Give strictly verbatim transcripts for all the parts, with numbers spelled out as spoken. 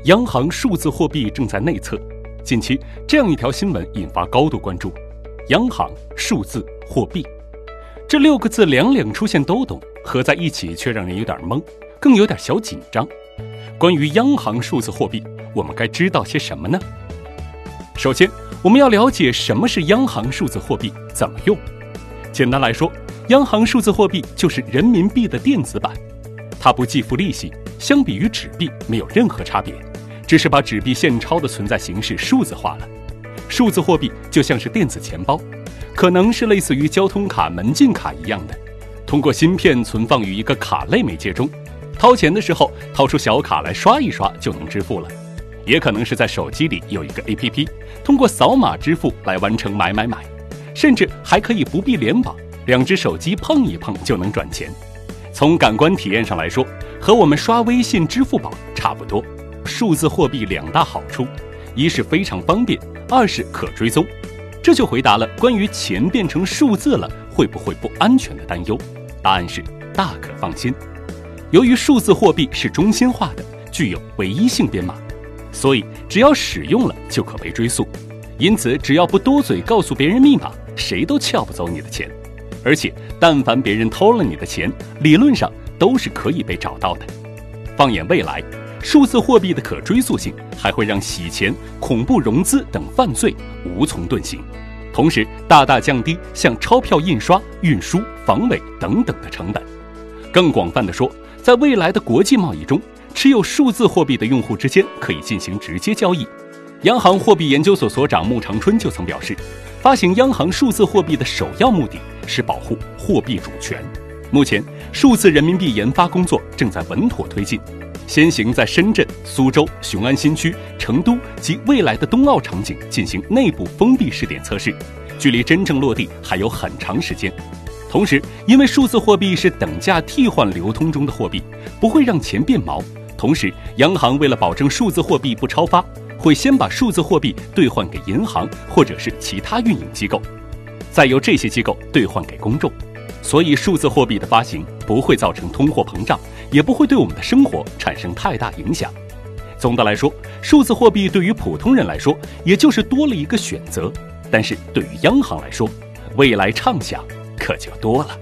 央行数字货币正在内测。近期，这样一条新闻引发高度关注：央行数字货币。这六个字两两出现都懂，合在一起却让人有点懵，更有点小紧张。关于央行数字货币，我们该知道些什么呢？首先，我们要了解什么是央行数字货币，怎么用。简单来说，央行数字货币就是人民币的电子版，它不计付利息，相比于纸币没有任何差别，只是把纸币现钞的存在形式数字化了。数字货币就像是电子钱包，可能是类似于交通卡、门禁卡一样的，通过芯片存放于一个卡类媒介中，掏钱的时候掏出小卡来刷一刷就能支付了。也可能是在手机里有一个 A P P， 通过扫码支付来完成买买买，甚至还可以不必联网，两只手机碰一碰就能转钱。从感官体验上来说，和我们刷微信、支付宝差不多。数字货币两大好处，一是非常方便，二是可追踪。这就回答了关于钱变成数字了会不会不安全的担忧。答案是大可放心。由于数字货币是中心化的，具有唯一性编码，所以只要使用了就可被追溯。因此只要不多嘴告诉别人密码，谁都撬不走你的钱。而且但凡别人偷了你的钱，理论上都是可以被找到的。放眼未来，数字货币的可追溯性还会让洗钱、恐怖融资等犯罪无从遁形，同时大大降低像钞票印刷、运输、防伪等等的成本。更广泛的说，在未来的国际贸易中，持有数字货币的用户之间可以进行直接交易。央行货币研究所所长穆长春就曾表示，发行央行数字货币的首要目的是保护货币主权。目前，数字人民币研发工作正在稳妥推进，先行在深圳、苏州、雄安新区、成都及未来的冬奥场景进行内部封闭试点测试，距离真正落地还有很长时间。同时，因为数字货币是等价替换流通中的货币，不会让钱变毛。同时，央行为了保证数字货币不超发，会先把数字货币兑换给银行或者是其他运营机构，再由这些机构兑换给公众。所以数字货币的发行不会造成通货膨胀，也不会对我们的生活产生太大影响。总的来说，数字货币对于普通人来说也就是多了一个选择，但是对于央行来说，未来畅想可就多了。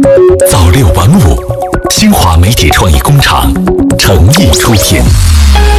早六晚五，新华媒体创意工厂诚意出品。